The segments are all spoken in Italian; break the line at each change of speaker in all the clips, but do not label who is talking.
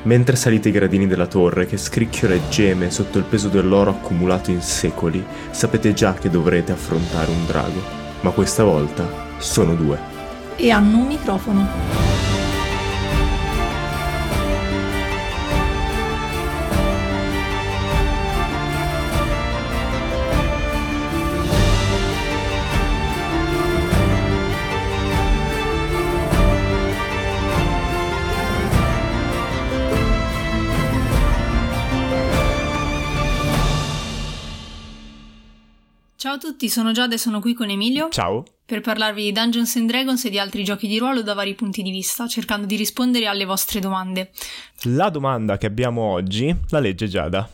Mentre salite i gradini della torre che scricchiola e geme sotto il peso dell'oro accumulato in secoli, sapete già che dovrete affrontare un drago. Ma questa volta sono 2.
E hanno un microfono. Ciao a tutti, sono Giada e sono qui con Emilio.
Ciao.
Per parlarvi di Dungeons and Dragons e di altri giochi di ruolo da vari punti di vista, cercando di rispondere alle vostre domande.
La domanda che abbiamo oggi la legge Giada.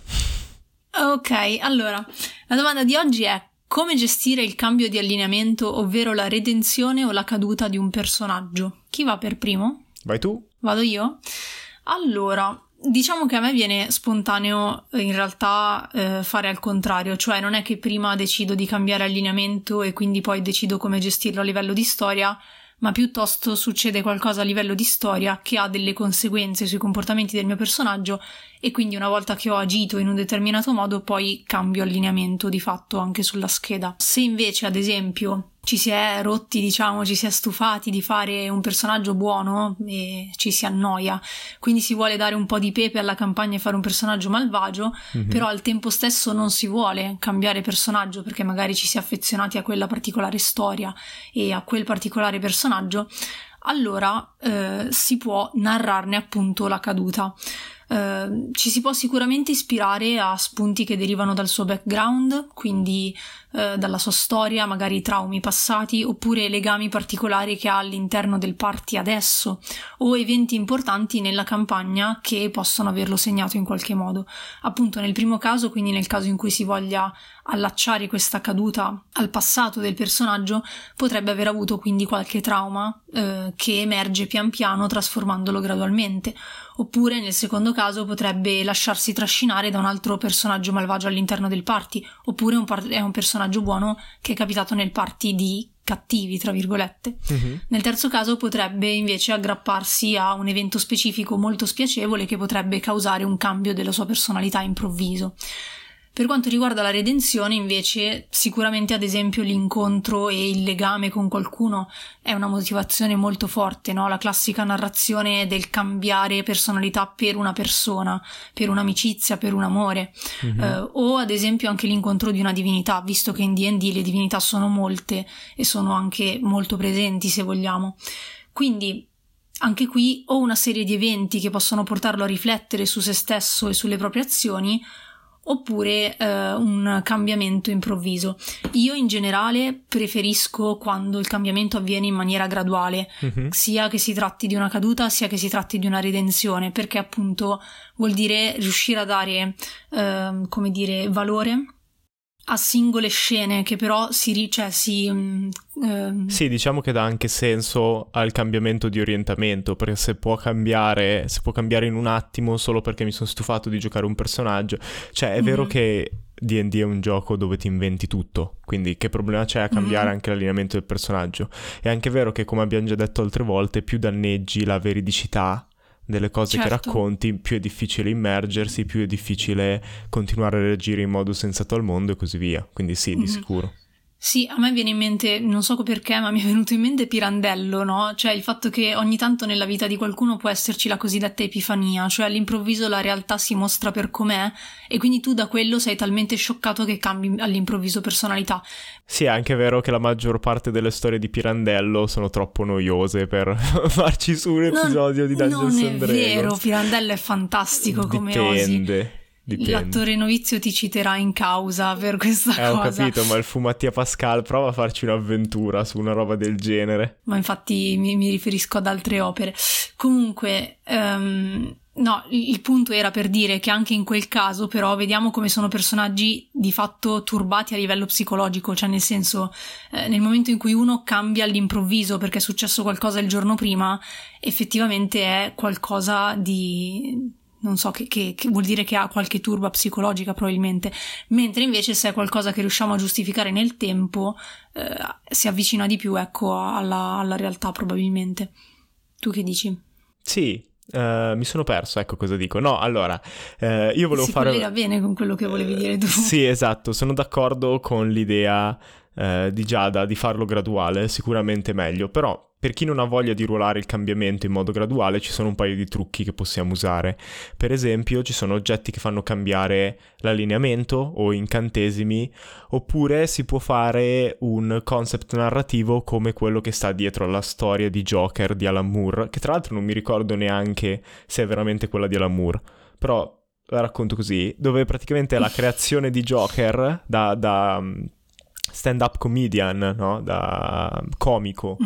Ok, allora, la domanda di oggi è: come gestire il cambio di allineamento, ovvero la redenzione o la caduta di un personaggio? Chi va per primo?
Vai tu?
Vado io? Allora, diciamo che a me viene spontaneo in realtà fare al contrario, cioè non è che prima decido di cambiare allineamento e quindi poi decido come gestirlo a livello di storia, ma piuttosto succede qualcosa a livello di storia che ha delle conseguenze sui comportamenti del mio personaggio e quindi una volta che ho agito in un determinato modo poi cambio allineamento di fatto anche sulla scheda. Se invece ad esempio ci si è rotti, diciamo, ci si è stufati di fare un personaggio buono e ci si annoia, quindi si vuole dare un po' di pepe alla campagna e fare un personaggio malvagio, però al tempo stesso non si vuole cambiare personaggio perché magari ci si è affezionati a quella particolare storia e a quel particolare personaggio, allora si può narrarne appunto la caduta. Ci si può sicuramente ispirare a spunti che derivano dal suo background, quindi dalla sua storia, magari traumi passati oppure legami particolari che ha all'interno del party adesso o eventi importanti nella campagna che possono averlo segnato in qualche modo. Appunto nel primo caso, quindi nel caso in cui si voglia allacciare questa caduta al passato del personaggio, potrebbe aver avuto quindi qualche trauma che emerge pian piano trasformandolo gradualmente, oppure nel secondo caso potrebbe lasciarsi trascinare da un altro personaggio malvagio all'interno del party, oppure è un personaggio buono che è capitato nel party di cattivi, tra virgolette. Nel terzo caso potrebbe invece aggrapparsi a un evento specifico molto spiacevole che potrebbe causare un cambio della sua personalità improvviso. Per quanto riguarda la redenzione, invece, sicuramente ad esempio l'incontro e il legame con qualcuno è una motivazione molto forte, no? La classica narrazione del cambiare personalità per una persona, per un'amicizia, per un amore, o ad esempio anche l'incontro di una divinità, visto che in D&D le divinità sono molte e sono anche molto presenti, se vogliamo. Quindi anche qui o una serie di eventi che possono portarlo a riflettere su se stesso e sulle proprie azioni, oppure un cambiamento improvviso. Io in generale preferisco quando il cambiamento avviene in maniera graduale, sia che si tratti di una caduta sia che si tratti di una redenzione, perché appunto vuol dire riuscire a dare come dire valore a singole scene che però sì,
diciamo che dà anche senso al cambiamento di orientamento, perché se può cambiare in un attimo solo perché mi sono stufato di giocare un personaggio, cioè è vero che D&D è un gioco dove ti inventi tutto, quindi che problema c'è a cambiare anche l'allineamento del personaggio? È anche vero che, come abbiamo già detto altre volte, più danneggi la veridicità delle cose che racconti, più è difficile immergersi, più è difficile continuare a reagire in modo sensato al mondo e così via. Quindi sì, di sicuro.
Sì, a me viene in mente, non so perché, ma mi è venuto in mente Pirandello, no? Cioè il fatto che ogni tanto nella vita di qualcuno può esserci la cosiddetta epifania, cioè all'improvviso la realtà si mostra per com'è e quindi tu da quello sei talmente scioccato che cambi all'improvviso personalità.
Sì, è anche vero che la maggior parte delle storie di Pirandello sono troppo noiose per farci su un episodio di Dungeons and Dragons.
Non è vero, Pirandello è fantastico come osi.
Dipende.
L'attore novizio ti citerà in causa per questa cosa.
Ho capito, ma il fu Mattia Pascal, prova a farci un'avventura su una roba del genere.
Ma infatti mi riferisco ad altre opere. Comunque, no, il punto era per dire che anche in quel caso però vediamo come sono personaggi di fatto turbati a livello psicologico, cioè nel senso, nel momento in cui uno cambia all'improvviso perché è successo qualcosa il giorno prima, effettivamente è qualcosa di... non so, che vuol dire che ha qualche turba psicologica probabilmente, mentre invece se è qualcosa che riusciamo a giustificare nel tempo si avvicina di più, ecco, alla realtà probabilmente. Tu che dici?
Sì, Mi sono perso, ecco cosa dico. No, allora, io volevo
si
fare...
collega bene con quello che volevi dire tu.
Sì, esatto, sono d'accordo con l'idea di Giada di farlo graduale, sicuramente meglio, però per chi non ha voglia di ruolare il cambiamento in modo graduale ci sono un paio di trucchi che possiamo usare. Per esempio ci sono oggetti che fanno cambiare l'allineamento o incantesimi, oppure si può fare un concept narrativo come quello che sta dietro alla storia di Joker di Alan Moore, che tra l'altro non mi ricordo neanche se è veramente quella di Alan Moore, però la racconto così, dove praticamente la creazione di Joker da stand-up comedian, no? Da comico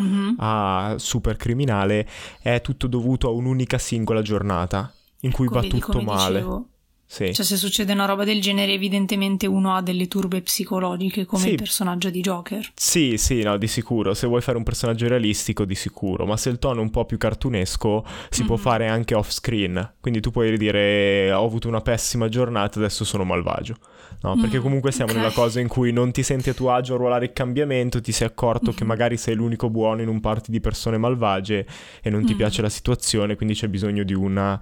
a super criminale, è tutto dovuto a un'unica singola giornata in cui va tutto male.
Dicevo,
sì.
Cioè se succede una roba del genere evidentemente uno ha delle turbe psicologiche come il personaggio di Joker.
Sì, no, di sicuro. Se vuoi fare un personaggio realistico, di sicuro. Ma se il tono è un po' più cartunesco, si può fare anche off screen. Quindi tu puoi dire ho avuto una pessima giornata, adesso sono malvagio. No, perché comunque siamo nella cosa in cui non ti senti a tuo agio a ruolare il cambiamento, ti sei accorto che magari sei l'unico buono in un party di persone malvagie e non ti piace la situazione, quindi c'è bisogno di una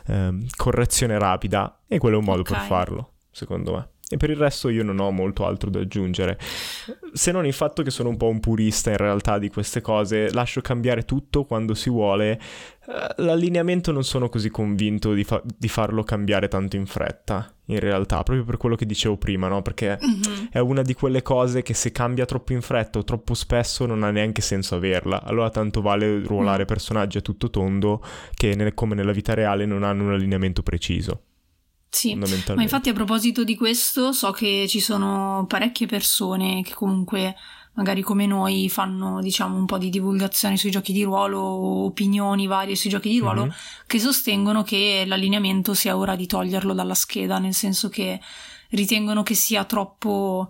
correzione rapida, e quello è un modo per farlo, secondo me. E per il resto io non ho molto altro da aggiungere, se non il fatto che sono un po' un purista in realtà di queste cose, lascio cambiare tutto quando si vuole. L'allineamento non sono così convinto di farlo cambiare tanto in fretta, in realtà, proprio per quello che dicevo prima, no? Perché è una di quelle cose che se cambia troppo in fretta o troppo spesso non ha neanche senso averla, allora tanto vale ruolare personaggi a tutto tondo che come nella vita reale non hanno un allineamento preciso.
Sì, ma infatti a proposito di questo so che ci sono parecchie persone che comunque magari come noi fanno diciamo un po' di divulgazione sui giochi di ruolo, opinioni varie sui giochi di ruolo, che sostengono che l'allineamento sia ora di toglierlo dalla scheda, nel senso che ritengono che sia troppo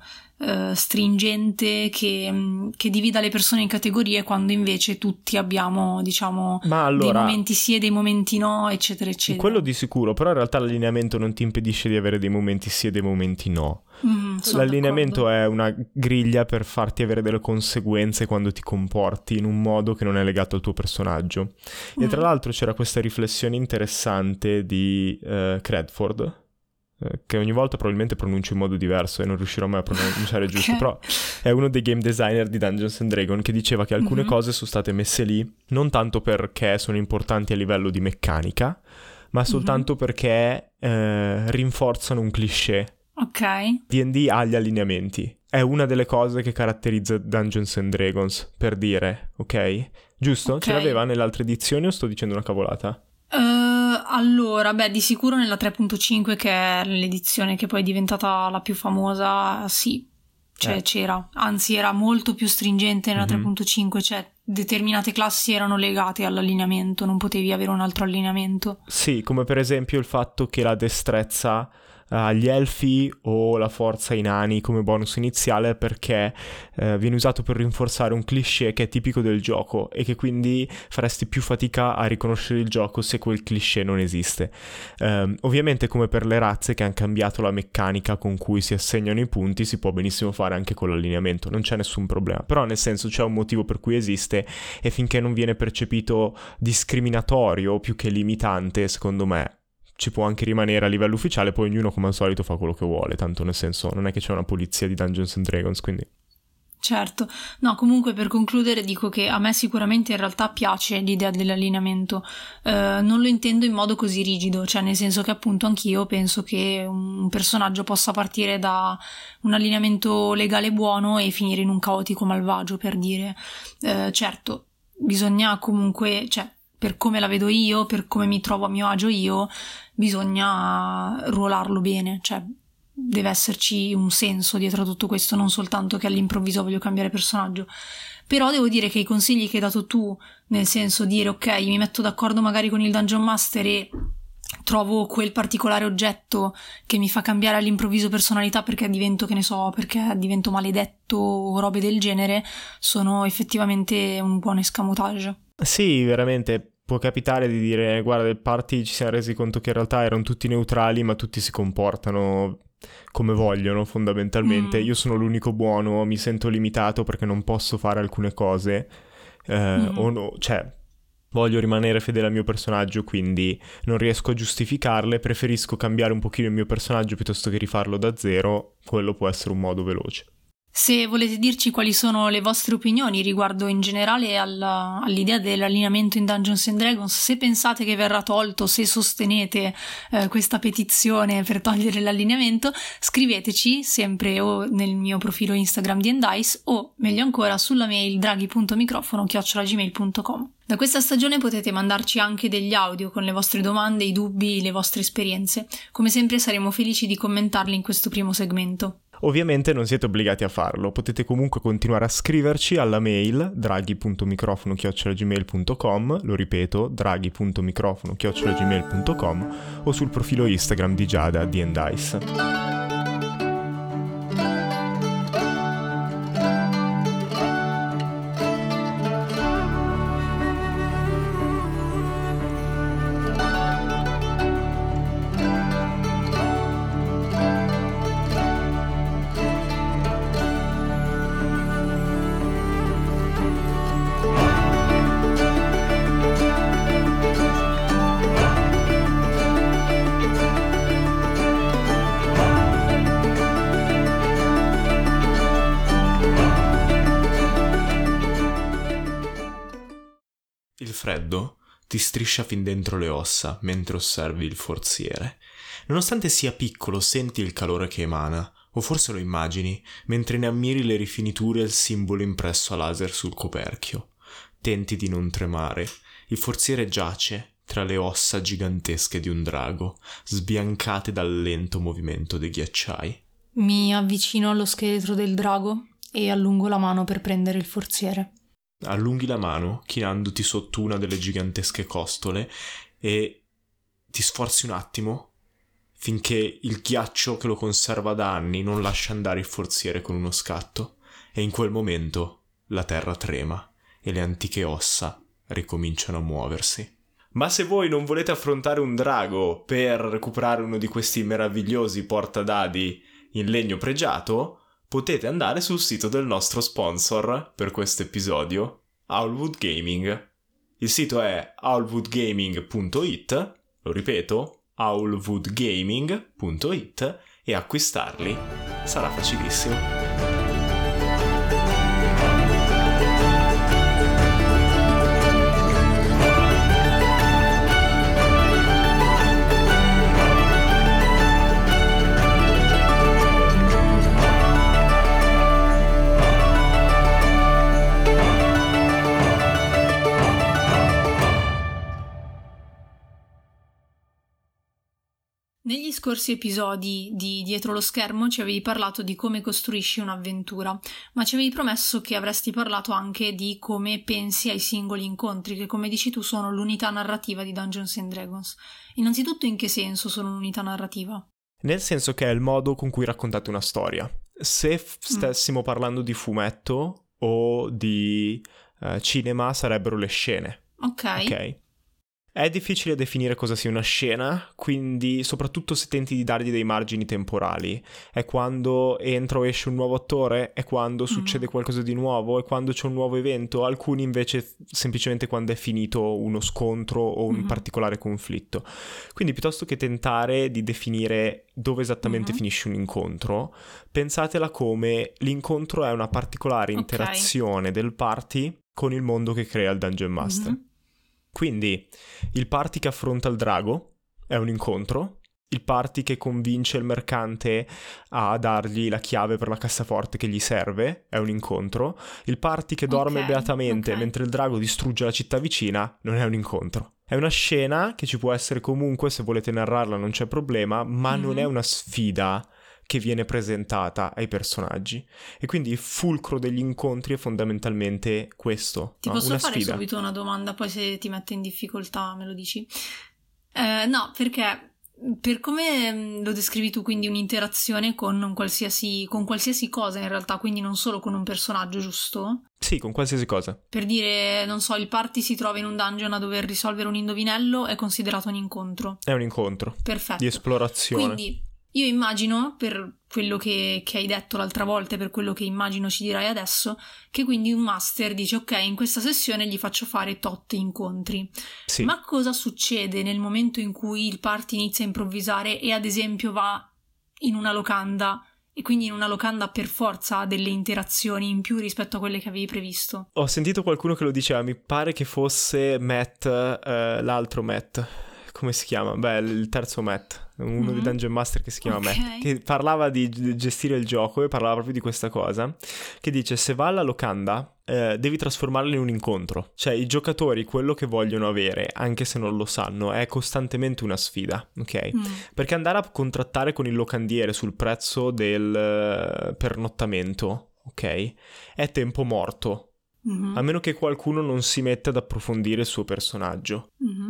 stringente, che divida le persone in categorie, quando invece tutti abbiamo diciamo dei momenti sì e dei momenti no, eccetera eccetera.
Quello di sicuro, però in realtà l'allineamento non ti impedisce di avere dei momenti sì e dei momenti no. L'allineamento d'accordo. È una griglia per farti avere delle conseguenze quando ti comporti in un modo che non è legato al tuo personaggio. E tra l'altro c'era questa riflessione interessante di Credford, che ogni volta probabilmente pronuncio in modo diverso e non riuscirò mai a pronunciare giusto, però è uno dei game designer di Dungeons and Dragons, che diceva che alcune cose sono state messe lì non tanto perché sono importanti a livello di meccanica, ma soltanto perché rinforzano un cliché. D&D ha gli allineamenti, è una delle cose che caratterizza Dungeons and Dragons, per dire, ok? Giusto? Ce l'aveva nelle altre edizioni o sto dicendo una cavolata?
Allora, di sicuro nella 3.5, che è l'edizione che poi è diventata la più famosa, sì, cioè c'era, anzi era molto più stringente nella 3.5, cioè determinate classi erano legate all'allineamento, non potevi avere un altro allineamento. Sì,
come per esempio il fatto che la destrezza agli elfi o la forza ai nani come bonus iniziale, perché viene usato per rinforzare un cliché che è tipico del gioco e che quindi faresti più fatica a riconoscere il gioco se quel cliché non esiste. Ovviamente, come per le razze che hanno cambiato la meccanica con cui si assegnano i punti, si può benissimo fare anche con l'allineamento, non c'è nessun problema, però nel senso c'è un motivo per cui esiste, e finché non viene percepito discriminatorio più che limitante, secondo me ci può anche rimanere a livello ufficiale. Poi ognuno come al solito fa quello che vuole, tanto nel senso non è che c'è una polizia di Dungeons and Dragons, quindi
certo. No, comunque per concludere dico che a me sicuramente in realtà piace l'idea dell'allineamento, non lo intendo in modo così rigido, cioè nel senso che appunto anch'io penso che un personaggio possa partire da un allineamento legale buono e finire in un caotico malvagio, per dire. Certo, bisogna comunque, cioè per come la vedo io, per come mi trovo a mio agio io, bisogna ruolarlo bene, cioè deve esserci un senso dietro a tutto questo, non soltanto che all'improvviso voglio cambiare personaggio. Però devo dire che i consigli che hai dato tu, nel senso dire ok, mi metto d'accordo magari con il Dungeon Master e trovo quel particolare oggetto che mi fa cambiare all'improvviso personalità perché divento, che ne so, perché divento maledetto o robe del genere, sono effettivamente un buon escamotage.
Sì, veramente può capitare di dire guarda, del party ci siamo resi conto che in realtà erano tutti neutrali ma tutti si comportano come vogliono fondamentalmente. Io sono l'unico buono, mi sento limitato perché non posso fare alcune cose o no, cioè Voglio rimanere fedele al mio personaggio, quindi non riesco a giustificarle, preferisco cambiare un pochino il mio personaggio piuttosto che rifarlo da zero, quello può essere un modo veloce.
Se volete dirci quali sono le vostre opinioni riguardo in generale all'idea dell'allineamento in Dungeons and Dragons, se pensate che verrà tolto, se sostenete questa petizione per togliere l'allineamento, scriveteci sempre o nel mio profilo Instagram di Endice o meglio ancora sulla mail draghi.microfono@gmail.com. Da questa stagione potete mandarci anche degli audio con le vostre domande, i dubbi, le vostre esperienze. Come sempre saremo felici di commentarli in questo primo segmento.
Ovviamente non siete obbligati a farlo, potete comunque continuare a scriverci alla mail draghi.microfono@gmail.com, lo ripeto, draghi.microfono@gmail.com o sul profilo Instagram di Giada di Endice. Il freddo ti striscia fin dentro le ossa mentre osservi il forziere. Nonostante sia piccolo, senti il calore che emana, o forse lo immagini, mentre ne ammiri le rifiniture e il simbolo impresso a laser sul coperchio. Tenti di non tremare. Il forziere giace tra le ossa gigantesche di un drago, sbiancate dal lento movimento dei ghiacciai.
Mi avvicino allo scheletro del drago e allungo la mano per prendere il forziere.
Allunghi la mano, chinandoti sotto una delle gigantesche costole e ti sforzi un attimo finché il ghiaccio che lo conserva da anni non lascia andare il forziere con uno scatto, e in quel momento la terra trema e le antiche ossa ricominciano a muoversi. Ma se voi non volete affrontare un drago per recuperare uno di questi meravigliosi portadadi in legno pregiato, potete andare sul sito del nostro sponsor per questo episodio, Owlwood Gaming. Il sito è owlwoodgaming.it, lo ripeto, owlwoodgaming.it, e acquistarli sarà facilissimo.
Negli scorsi episodi di Dietro lo schermo ci avevi parlato di come costruisci un'avventura, ma ci avevi promesso che avresti parlato anche di come pensi ai singoli incontri, che come dici tu sono l'unità narrativa di Dungeons and Dragons. Innanzitutto, in che senso sono un'unità narrativa?
Nel senso che è il modo con cui raccontate una storia. Se stessimo parlando di fumetto o di cinema, sarebbero le scene. Ok. È difficile definire cosa sia una scena, quindi soprattutto se tenti di dargli dei margini temporali. È quando entra o esce un nuovo attore, è quando succede qualcosa di nuovo, è quando c'è un nuovo evento, alcuni invece semplicemente quando è finito uno scontro o un particolare conflitto. Quindi piuttosto che tentare di definire dove esattamente finisce un incontro, pensatela come l'incontro è una particolare interazione del party con il mondo che crea il Dungeon Master. Quindi il party che affronta il drago è un incontro, il party che convince il mercante a dargli la chiave per la cassaforte che gli serve è un incontro, il party che dorme beatamente mentre il drago distrugge la città vicina non è un incontro. È una scena che ci può essere comunque, se volete narrarla non c'è problema, ma non è una sfida che viene presentata ai personaggi, e quindi il fulcro degli incontri è fondamentalmente questo.
Ti posso
una
fare
sfida.
subito una domanda, poi se ti mette in difficoltà me lo dici? No, perché per come lo descrivi tu, quindi un'interazione con qualsiasi cosa in realtà, quindi non solo con un personaggio, giusto?
Sì, con qualsiasi cosa.
Per dire, non so, il party si trova in un dungeon a dover risolvere un indovinello, è considerato un incontro.
È un incontro.
Perfetto.
Di esplorazione.
Quindi io immagino, per quello che hai detto l'altra volta e per quello che immagino ci dirai adesso, che quindi un master dice ok, in questa sessione gli faccio fare tot incontri.
Sì.
Ma cosa succede nel momento in cui il party inizia a improvvisare e ad esempio va in una locanda e quindi in una locanda per forza ha delle interazioni in più rispetto a quelle che avevi previsto?
Ho sentito qualcuno che lo diceva, mi pare che fosse Matt, l'altro Matt, come si chiama? Beh, il terzo Matt, uno dei Dungeon Master che si chiama Matt, che parlava di gestire il gioco e parlava proprio di questa cosa, che dice se va alla locanda devi trasformarla in un incontro, cioè i giocatori quello che vogliono avere, anche se non lo sanno, è costantemente una sfida, ok? Perché andare a contrattare con il locandiere sul prezzo del pernottamento, ok? È tempo morto. A meno che qualcuno non si metta ad approfondire il suo personaggio.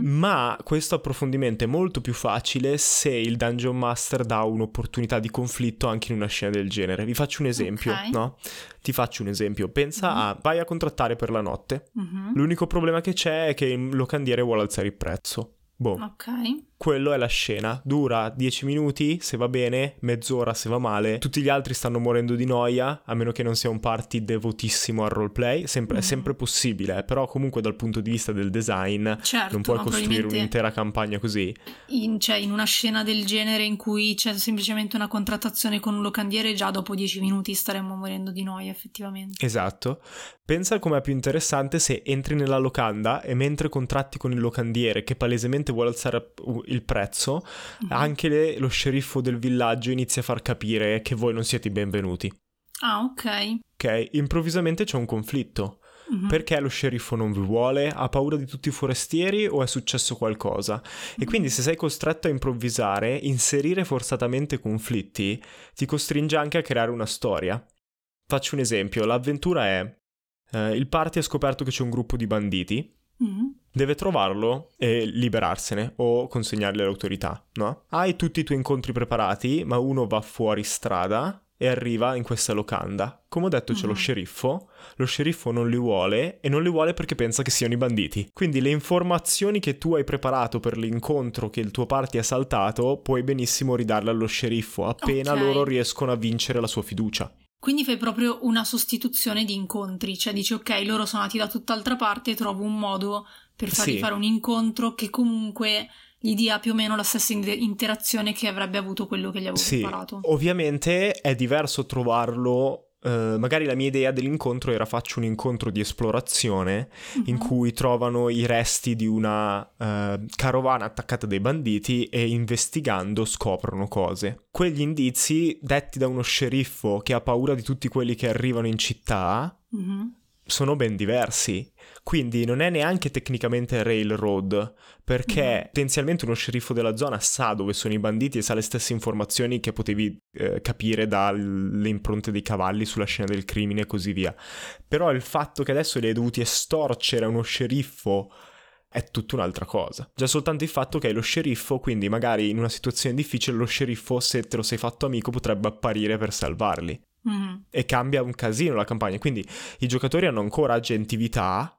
Ma questo approfondimento è molto più facile se il Dungeon Master dà un'opportunità di conflitto anche in una scena del genere. Vi faccio un esempio, no? Ti faccio un esempio. Pensa vai a contrattare per la notte. L'unico problema che c'è è che il locandiere vuole alzare il prezzo. Boh.
Ok.
Quello è la scena, dura 10 minuti se va bene, mezz'ora se va male, tutti gli altri stanno morendo di noia, a meno che non sia un party devotissimo al roleplay, è sempre possibile, però comunque dal punto di vista del design non puoi costruire un'intera campagna così.
In una scena del genere in cui c'è semplicemente una contrattazione con un locandiere, già dopo 10 minuti staremmo morendo di noia effettivamente.
Esatto. Pensa com'è più interessante se entri nella locanda e mentre contratti con il locandiere che palesemente vuole alzare il prezzo, anche lo sceriffo del villaggio inizia a far capire che voi non siete i benvenuti.
Ah, ok.
Ok, improvvisamente c'è un conflitto. Perché lo sceriffo non vi vuole? Ha paura di tutti i forestieri o è successo qualcosa? E quindi se sei costretto a improvvisare, inserire forzatamente conflitti ti costringe anche a creare una storia. Faccio un esempio, l'avventura è il party ha scoperto che c'è un gruppo di banditi, deve trovarlo e liberarsene o consegnarli alle autorità, no? Hai tutti i tuoi incontri preparati, ma uno va fuori strada e arriva in questa locanda. Come ho detto c'è lo sceriffo non li vuole e non li vuole perché pensa che siano i banditi. Quindi le informazioni che tu hai preparato per l'incontro che il tuo party ha saltato puoi benissimo ridarle allo sceriffo appena loro riescono a vincere la sua fiducia.
Quindi fai proprio una sostituzione di incontri, cioè dici ok, loro sono andati da tutt'altra parte e trovo un modo per fargli fare un incontro che comunque gli dia più o meno la stessa interazione che avrebbe avuto quello che gli avevo preparato.
Ovviamente è diverso trovarlo. Magari la mia idea dell'incontro era faccio un incontro di esplorazione in cui trovano i resti di una carovana attaccata dai banditi e investigando scoprono cose. Quegli indizi detti da uno sceriffo che ha paura di tutti quelli che arrivano in città sono ben diversi. Quindi non è neanche tecnicamente railroad, perché potenzialmente uno sceriffo della zona sa dove sono i banditi e sa le stesse informazioni che potevi capire dalle impronte dei cavalli sulla scena del crimine e così via. Però il fatto che adesso li hai dovuti estorcere a uno sceriffo è tutta un'altra cosa. Già soltanto il fatto che è lo sceriffo, quindi magari in una situazione difficile lo sceriffo, se te lo sei fatto amico, potrebbe apparire per salvarli. E cambia un casino la campagna. Quindi i giocatori hanno ancora agentività,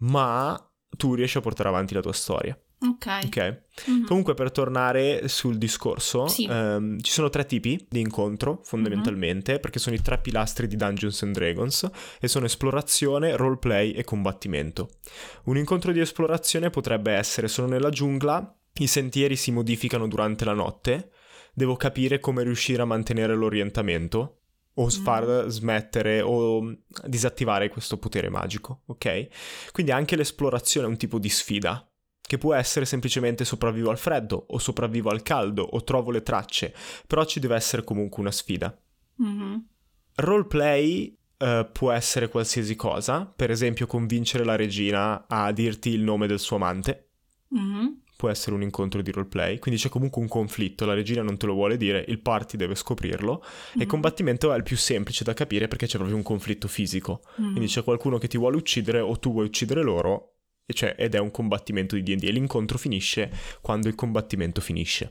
ma tu riesci a portare avanti la tua storia. Ok. Comunque, per tornare sul discorso, ci sono 3 tipi di incontro fondamentalmente, perché sono i 3 pilastri di Dungeons and Dragons e sono esplorazione, roleplay e combattimento. Un incontro di esplorazione potrebbe essere: sono nella giungla, i sentieri si modificano durante la notte, devo capire come riuscire a mantenere l'orientamento o far smettere o disattivare questo potere magico, ok? Quindi anche l'esplorazione è un tipo di sfida, che può essere semplicemente sopravvivo al freddo, o sopravvivo al caldo, o trovo le tracce, però ci deve essere comunque una sfida. Roleplay può essere qualsiasi cosa, per esempio convincere la regina a dirti il nome del suo amante. Può essere un incontro di roleplay, quindi c'è comunque un conflitto, la regina non te lo vuole dire, il party deve scoprirlo, e il combattimento è il più semplice da capire perché c'è proprio un conflitto fisico, quindi c'è qualcuno che ti vuole uccidere o tu vuoi uccidere loro, ed è un combattimento di D&D e l'incontro finisce quando il combattimento finisce.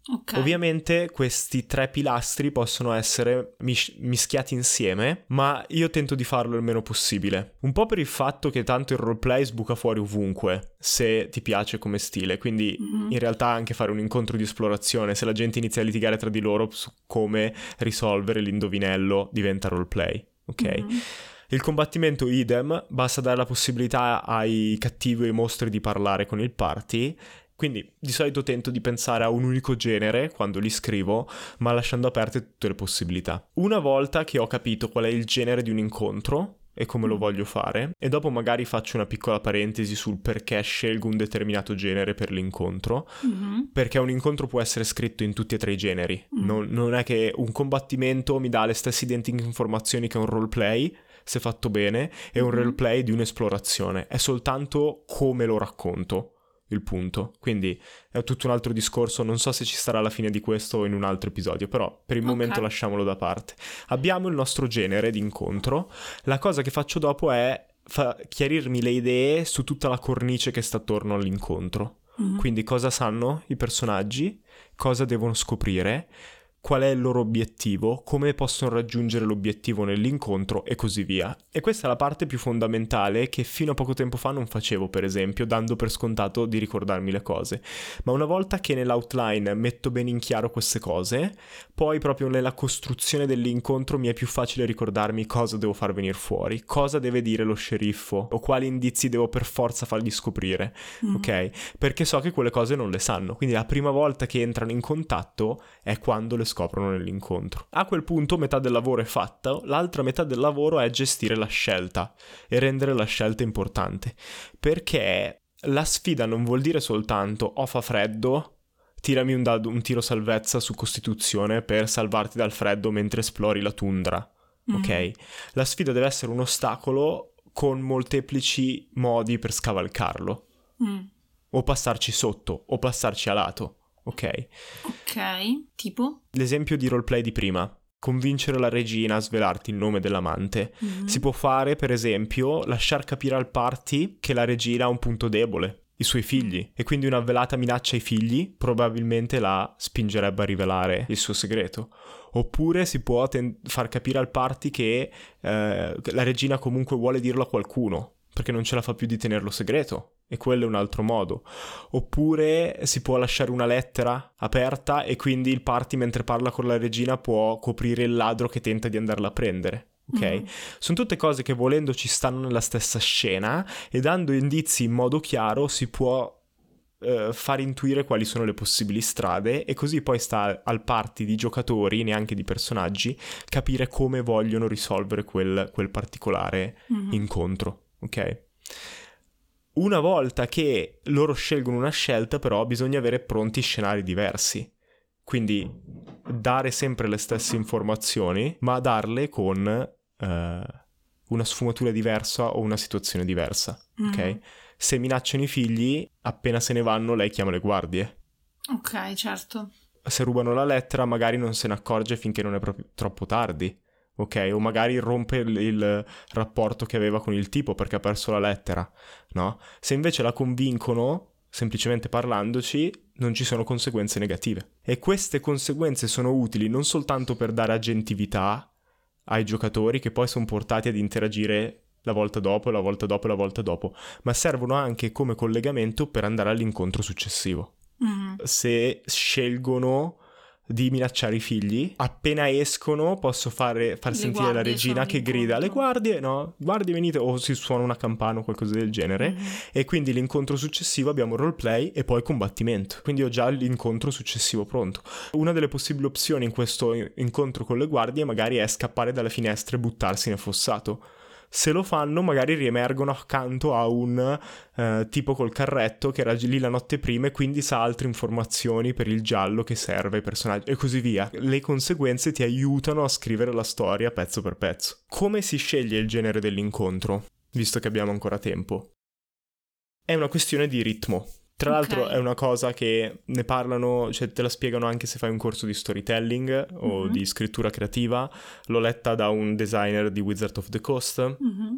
Okay.
Ovviamente questi 3 pilastri possono essere mischiati insieme, ma io tento di farlo il meno possibile. Un po' per il fatto che tanto il roleplay sbuca fuori ovunque, se ti piace come stile, quindi in realtà anche fare un incontro di esplorazione, se la gente inizia a litigare tra di loro su come risolvere l'indovinello, diventa roleplay, ok? Il combattimento idem, basta dare la possibilità ai cattivi e ai mostri di parlare con il party. Quindi di solito tento di pensare a un unico genere quando li scrivo, ma lasciando aperte tutte le possibilità. Una volta che ho capito qual è il genere di un incontro e come lo voglio fare, e dopo magari faccio una piccola parentesi sul perché scelgo un determinato genere per l'incontro, perché un incontro può essere scritto in tutti e 3 i generi. Non è che un combattimento mi dà le stesse identiche informazioni che un roleplay, se fatto bene, e un roleplay di un'esplorazione. È soltanto come lo racconto il punto, quindi è tutto un altro discorso, non so se ci sarà alla fine di questo o in un altro episodio, però per il momento lasciamolo da parte. Abbiamo il nostro genere di incontro, la cosa che faccio dopo è chiarirmi le idee su tutta la cornice che sta attorno all'incontro, quindi cosa sanno i personaggi, cosa devono scoprire, qual è il loro obiettivo, come possono raggiungere l'obiettivo nell'incontro e così via. E questa è la parte più fondamentale che fino a poco tempo fa non facevo, per esempio, dando per scontato di ricordarmi le cose. Ma una volta che nell'outline metto bene in chiaro queste cose, poi proprio nella costruzione dell'incontro mi è più facile ricordarmi cosa devo far venire fuori, cosa deve dire lo sceriffo o quali indizi devo per forza fargli scoprire, ok? Perché so che quelle cose non le sanno, quindi la prima volta che entrano in contatto è quando le scoprono nell'incontro. A quel punto metà del lavoro è fatta, l'altra metà del lavoro è gestire la scelta e rendere la scelta importante, perché la sfida non vuol dire soltanto fa freddo, tirami un tiro salvezza su Costituzione per salvarti dal freddo mentre esplori la tundra, ok? La sfida deve essere un ostacolo con molteplici modi per scavalcarlo, o passarci sotto o passarci a lato. Ok,
tipo?
L'esempio di roleplay di prima. Convincere la regina a svelarti il nome dell'amante. Si può fare, per esempio, lasciar capire al party che la regina ha un punto debole, i suoi figli, e quindi una velata minaccia ai figli probabilmente la spingerebbe a rivelare il suo segreto. Oppure si può far capire al party che la regina comunque vuole dirlo a qualcuno, perché non ce la fa più di tenerlo segreto. E quello è un altro modo. Oppure si può lasciare una lettera aperta e quindi il party mentre parla con la regina può coprire il ladro che tenta di andarla a prendere. Ok? Sono tutte cose che volendo ci stanno nella stessa scena e dando indizi in modo chiaro si può far intuire quali sono le possibili strade e così poi sta al party di giocatori, neanche di personaggi, capire come vogliono risolvere quel particolare incontro. Ok? Una volta che loro scelgono una scelta, però, bisogna avere pronti scenari diversi. Quindi dare sempre le stesse informazioni, ma darle con una sfumatura diversa o una situazione diversa. Ok? Se minacciano i figli, appena se ne vanno, lei chiama le guardie.
Ok, certo.
Se rubano la lettera, magari non se ne accorge finché non è proprio troppo tardi. Ok, o magari rompe il rapporto che aveva con il tipo perché ha perso la lettera, no? Se invece la convincono, semplicemente parlandoci, non ci sono conseguenze negative. E queste conseguenze sono utili non soltanto per dare aggentività ai giocatori, che poi sono portati ad interagire la volta dopo, la volta dopo, la volta dopo, ma servono anche come collegamento per andare all'incontro successivo. Se scelgono di minacciare i figli, appena escono posso far sentire la regina che grida le guardie, no? Guardie venite, o si suona una campana o qualcosa del genere, e quindi l'incontro successivo abbiamo roleplay e poi combattimento, quindi ho già l'incontro successivo pronto. Una delle possibili opzioni in questo incontro con le guardie magari è scappare dalle finestre e buttarsi nel fossato. Se lo fanno, magari riemergono accanto a un tipo col carretto che era lì la notte prima e quindi sa altre informazioni per il giallo che serve ai personaggi e così via. Le conseguenze ti aiutano a scrivere la storia pezzo per pezzo. Come si sceglie il genere dell'incontro, visto che abbiamo ancora tempo? È una questione di ritmo. Tra l'altro è una cosa che ne parlano, cioè te la spiegano anche se fai un corso di storytelling o di scrittura creativa. L'ho letta da un designer di Wizard of the Coast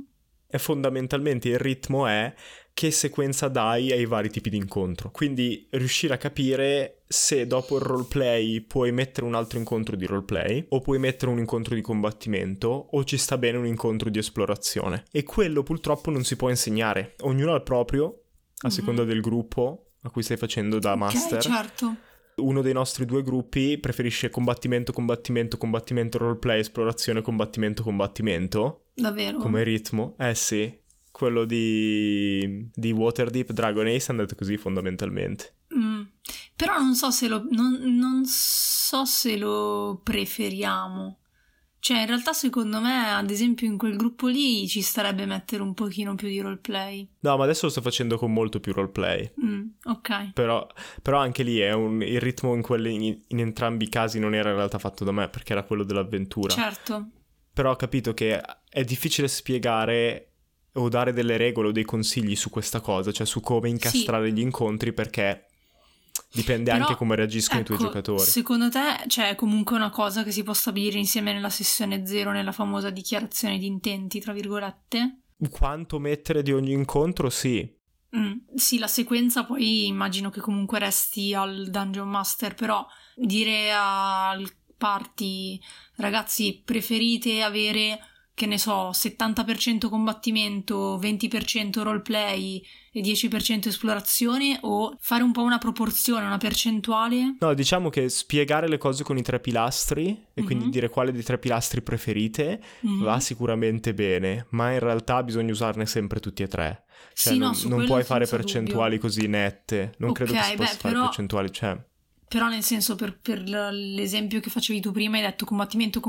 E fondamentalmente il ritmo è che sequenza dai ai vari tipi di incontro. Quindi riuscire a capire se dopo il roleplay puoi mettere un altro incontro di roleplay, o puoi mettere un incontro di combattimento, o ci sta bene un incontro di esplorazione. E quello purtroppo non si può insegnare. Ognuno ha il proprio, a seconda del gruppo a cui stai facendo da master.
Certo.
Uno dei nostri 2 gruppi preferisce combattimento, roleplay, esplorazione, combattimento.
Davvero?
Come ritmo? Sì. Quello di Waterdeep, Dragon Ace è andato così fondamentalmente.
Però non so se non so se lo preferiamo. Cioè, in realtà secondo me, ad esempio, in quel gruppo lì ci starebbe mettere un pochino più di roleplay.
No, ma adesso lo sto facendo con molto più roleplay.
Ok.
Però anche lì il ritmo in entrambi i casi non era in realtà fatto da me, perché era quello dell'avventura.
Certo.
Però ho capito che è difficile spiegare o dare delle regole o dei consigli su questa cosa, cioè su come incastrare gli incontri, perché dipende anche come reagiscono i tuoi giocatori.
Secondo te c'è comunque una cosa che si può stabilire insieme nella sessione 0, nella famosa dichiarazione di intenti, tra virgolette?
Quanto mettere di ogni incontro, sì.
Sì, la sequenza poi immagino che comunque resti al Dungeon Master, però dire al party, ragazzi, preferite avere, che ne so, 70% combattimento, 20% roleplay e 10% esplorazione, o fare un po' una proporzione, una percentuale?
No, diciamo che spiegare le cose con i 3 pilastri e quindi dire quale dei 3 pilastri preferite va sicuramente bene, ma in realtà bisogna usarne sempre tutti e 3. Cioè
sì,
non puoi fare percentuali così nette, non credo che si possa fare percentuali, cioè...
Però nel senso, per l'esempio che facevi tu prima, hai detto combattimento.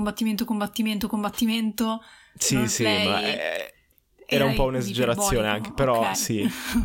Sì, ma era un po' un'esagerazione anche, però okay. sì.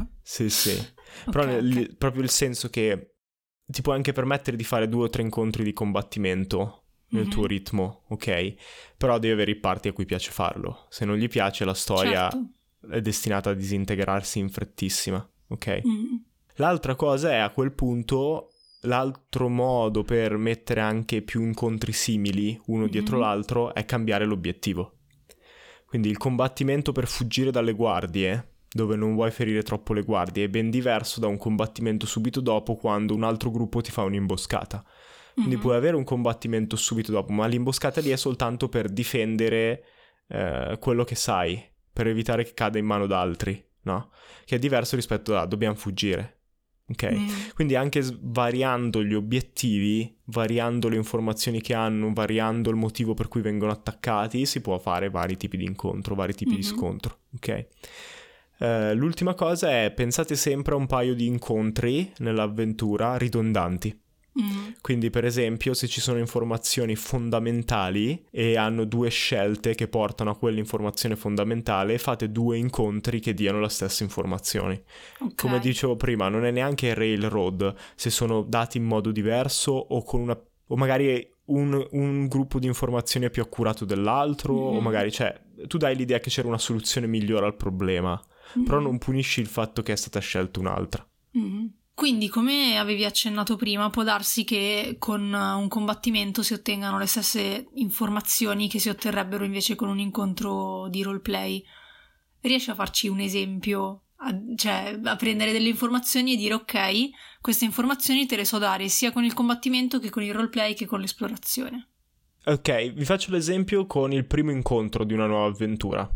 Però proprio il senso che ti puoi anche permettere di fare 2 o 3 incontri di combattimento nel tuo ritmo, ok? Però devi avere i party a cui piace farlo. Se non gli piace, la storia è destinata a disintegrarsi in frettissima, ok? L'altra cosa è, a quel punto... L'altro modo per mettere anche più incontri simili uno dietro l'altro è cambiare l'obiettivo. Quindi il combattimento per fuggire dalle guardie, dove non vuoi ferire troppo le guardie, è ben diverso da un combattimento subito dopo, quando un altro gruppo ti fa un'imboscata. Quindi puoi avere un combattimento subito dopo, ma l'imboscata lì è soltanto per difendere quello che sai, per evitare che cada in mano da altri, no? Che è diverso rispetto a dobbiamo fuggire. Ok, quindi anche variando gli obiettivi, variando le informazioni che hanno, variando il motivo per cui vengono attaccati, si può fare vari tipi di incontro, vari tipi di scontro, ok? L'ultima cosa è, pensate sempre a un paio di incontri nell'avventura ridondanti. Quindi per esempio, se ci sono informazioni fondamentali e hanno 2 scelte che portano a quell'informazione fondamentale, fate 2 incontri che diano la stessa informazione. Come dicevo prima, non è neanche railroad se sono dati in modo diverso o con o magari un gruppo di informazioni è più accurato dell'altro, o magari, cioè, tu dai l'idea che c'era una soluzione migliore al problema, però non punisci il fatto che è stata scelta un'altra.
Quindi, come avevi accennato prima, può darsi che con un combattimento si ottengano le stesse informazioni che si otterrebbero invece con un incontro di roleplay. Riesci a farci un esempio? Cioè, a prendere delle informazioni e dire ok, queste informazioni te le so dare sia con il combattimento che con il roleplay che con l'esplorazione.
Ok, vi faccio l'esempio con il primo incontro di una nuova avventura.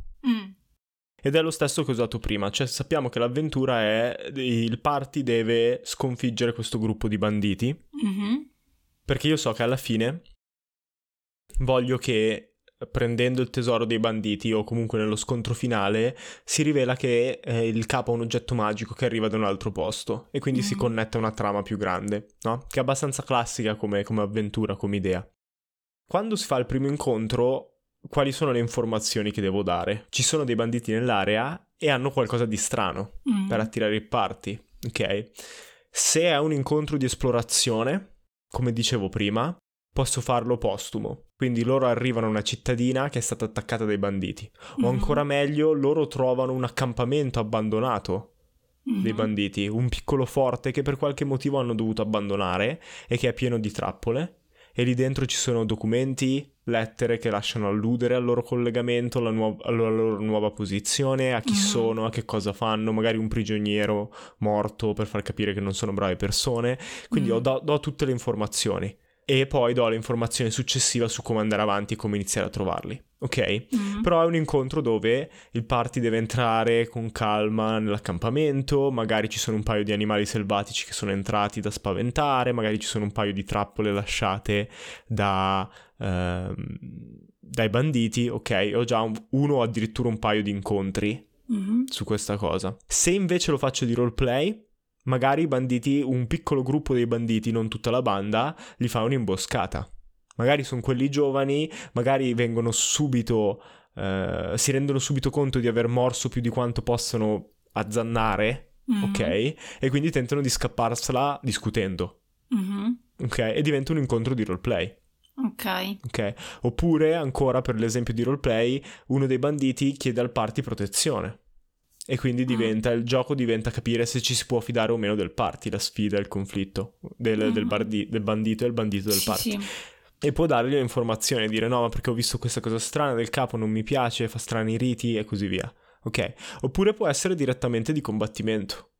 Ed è lo stesso che ho usato prima, cioè sappiamo che l'avventura è il party deve sconfiggere questo gruppo di banditi, perché io so che alla fine voglio che, prendendo il tesoro dei banditi o comunque nello scontro finale, si rivela che il capo ha un oggetto magico che arriva da un altro posto e quindi si connette a una trama più grande, no? Che è abbastanza classica come avventura, come idea. Quando si fa il primo incontro, quali sono le informazioni che devo dare? Ci sono dei banditi nell'area e hanno qualcosa di strano per attirare il party, ok? Se è un incontro di esplorazione, come dicevo prima, posso farlo postumo. Quindi loro arrivano a una cittadina che è stata attaccata dai banditi. O ancora meglio, loro trovano un accampamento abbandonato dei banditi, un piccolo forte che per qualche motivo hanno dovuto abbandonare e che è pieno di trappole. E lì dentro ci sono documenti, lettere che lasciano alludere al loro collegamento, alla loro nuova posizione, a chi sono, a che cosa fanno, magari un prigioniero morto per far capire che non sono brave persone. Quindi do tutte le informazioni e poi do l'informazione successiva su come andare avanti e come iniziare a trovarli. Ok? Però è un incontro dove il party deve entrare con calma nell'accampamento, magari ci sono un paio di animali selvatici che sono entrati da spaventare, magari ci sono un paio di trappole lasciate dai banditi, ok? Ho già uno o addirittura un paio di incontri su questa cosa. Se invece lo faccio di roleplay, magari i banditi, un piccolo gruppo dei banditi, non tutta la banda, gli fa un'imboscata. Magari sono quelli giovani, magari vengono subito, si rendono subito conto di aver morso più di quanto possono azzannare, ok? E quindi tentano di scapparsela discutendo, ok? E diventa un incontro di roleplay. Ok. Oppure, ancora per l'esempio di roleplay, uno dei banditi chiede al party protezione. E quindi il gioco diventa capire se ci si può fidare o meno del party, la sfida, il conflitto del bandito e il bandito del party. Sì. E può dargli le informazioni, dire no, ma perché ho visto questa cosa strana del capo, non mi piace, fa strani riti e così via. Ok? Oppure può essere direttamente di combattimento.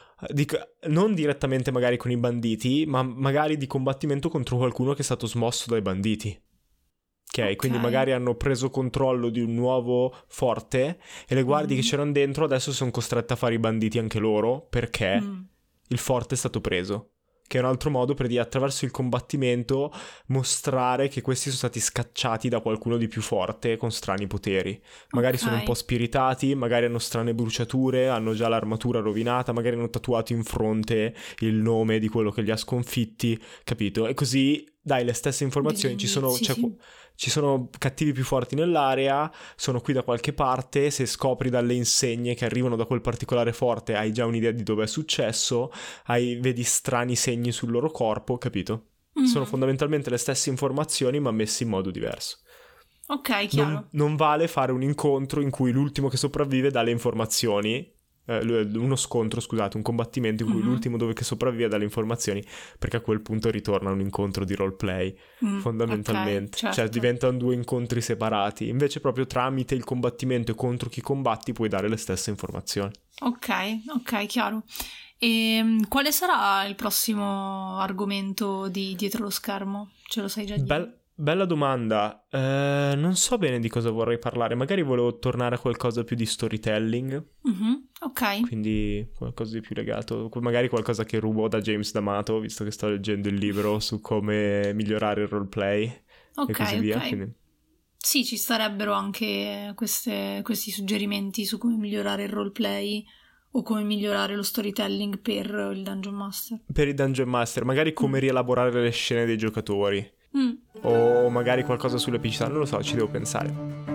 Non direttamente magari con i banditi, ma magari di combattimento contro qualcuno che è stato smosso dai banditi. Ok, quindi magari hanno preso controllo di un nuovo forte e le guardie che c'erano dentro adesso sono costrette a fare i banditi anche loro perché il forte è stato preso. Che è un altro modo per attraverso il combattimento mostrare che questi sono stati scacciati da qualcuno di più forte con strani poteri. Magari sono un po' spiritati, magari hanno strane bruciature, hanno già l'armatura rovinata, magari hanno tatuato in fronte il nome di quello che li ha sconfitti, capito? E così dai le stesse informazioni, ci sono cattivi più forti nell'area, sono qui da qualche parte, se scopri dalle insegne che arrivano da quel particolare forte hai già un'idea di dove è successo, vedi strani segni sul loro corpo, capito? Sono fondamentalmente le stesse informazioni ma messe in modo diverso.
Ok, chiaro.
Non vale fare un incontro in cui l'ultimo che sopravvive dà le informazioni, un combattimento in cui l'ultimo che sopravvive dà le informazioni, perché a quel punto ritorna un incontro di roleplay fondamentalmente,
certo.
Cioè diventano due incontri separati, invece proprio tramite il combattimento e contro chi combatti puoi dare le stesse informazioni.
Ok, chiaro. E quale sarà il prossimo argomento di dietro lo schermo? Ce lo sai già dire?
Bella domanda, non so bene di cosa vorrei parlare, magari volevo tornare a qualcosa più di storytelling.
Ok.
Quindi qualcosa di più legato, magari qualcosa che rubo da James D'Amato, visto che sto leggendo il libro su come migliorare il roleplay e così via. Quindi...
Sì, ci starebbero anche questi suggerimenti su come migliorare il roleplay o come migliorare lo storytelling per il Dungeon Master.
Per il Dungeon Master, magari come rielaborare le scene dei giocatori. O magari qualcosa sull'epicità, non lo so, ci devo pensare.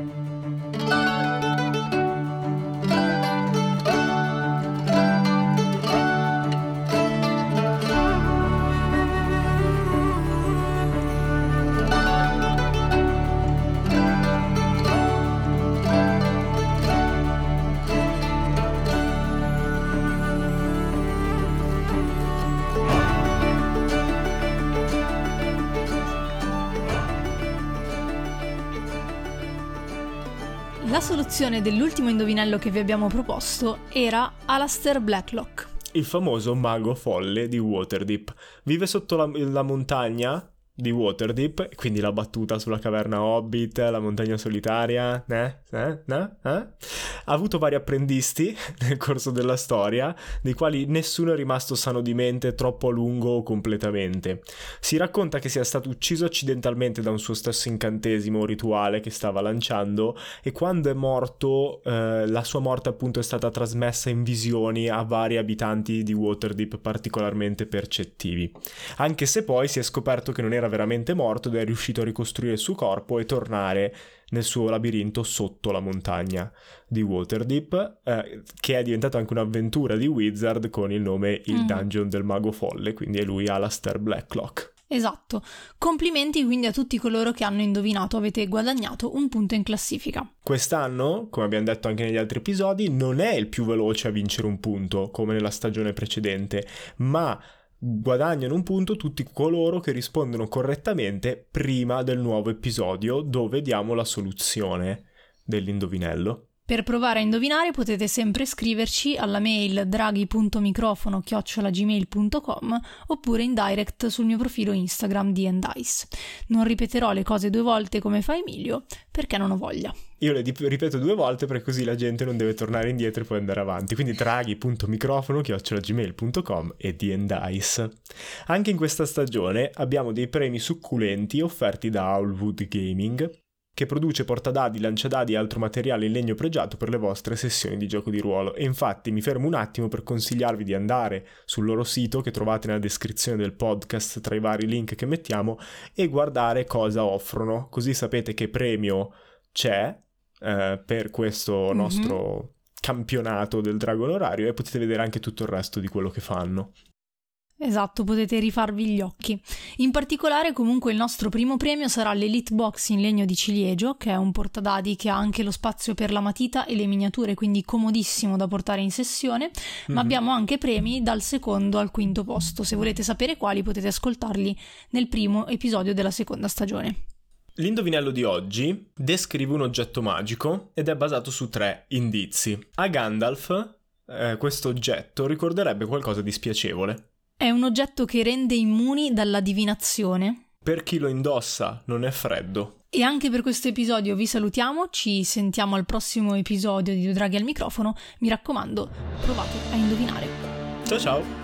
La soluzione dell'ultimo indovinello che vi abbiamo proposto era Alastair Blacklock.
Il famoso mago folle di Waterdeep. Vive sotto la montagna di Waterdeep, quindi la battuta sulla caverna Hobbit, la montagna solitaria, Ha avuto vari apprendisti nel corso della storia, dei quali nessuno è rimasto sano di mente troppo a lungo o completamente. Si racconta che sia stato ucciso accidentalmente da un suo stesso incantesimo o rituale che stava lanciando, e quando è morto, la sua morte appunto è stata trasmessa in visioni a vari abitanti di Waterdeep particolarmente percettivi. Anche se poi si è scoperto che non era veramente morto ed è riuscito a ricostruire il suo corpo e tornare nel suo labirinto sotto la montagna di Waterdeep, che è diventata anche un'avventura di Wizard con il nome Il Dungeon del Mago Folle, quindi è lui Alastair Blacklock.
Esatto. Complimenti quindi a tutti coloro che hanno indovinato, avete guadagnato un punto in classifica.
Quest'anno, come abbiamo detto anche negli altri episodi, non è il più veloce a vincere un punto come nella stagione precedente, ma guadagnano un punto tutti coloro che rispondono correttamente prima del nuovo episodio dove diamo la soluzione dell'indovinello.
Per provare a indovinare potete sempre scriverci alla mail draghi.microfono@gmail.com oppure in direct sul mio profilo Instagram D&Dice. Non ripeterò le cose 2 volte come fa Emilio, perché non ho voglia.
Io le ripeto 2 volte perché così la gente non deve tornare indietro e poi andare avanti. Quindi draghi.microfono@gmail.com e D&Dice. Anche in questa stagione abbiamo dei premi succulenti offerti da Owlwood Gaming, che produce portadadi, lanciadadi e altro materiale in legno pregiato per le vostre sessioni di gioco di ruolo. E infatti mi fermo un attimo per consigliarvi di andare sul loro sito, che trovate nella descrizione del podcast tra i vari link che mettiamo, e guardare cosa offrono, così sapete che premio c'è per questo nostro campionato del Dragon Orario, e potete vedere anche tutto il resto di quello che fanno.
Esatto, potete rifarvi gli occhi. In particolare comunque il nostro primo premio sarà l'Elite Box in legno di ciliegio, che è un portadadi che ha anche lo spazio per la matita e le miniature, quindi comodissimo da portare in sessione, ma abbiamo anche premi dal 2° al 5° posto. Se volete sapere quali potete ascoltarli nel primo episodio della 2ª stagione.
L'indovinello di oggi descrive un oggetto magico ed è basato su 3 indizi. A Gandalf questo oggetto ricorderebbe qualcosa di spiacevole.
È un oggetto che rende immuni dalla divinazione.
Per chi lo indossa non è freddo.
E anche per questo episodio vi salutiamo, ci sentiamo al prossimo episodio di Due Draghi al Microfono. Mi raccomando, provate a indovinare.
Ciao ciao!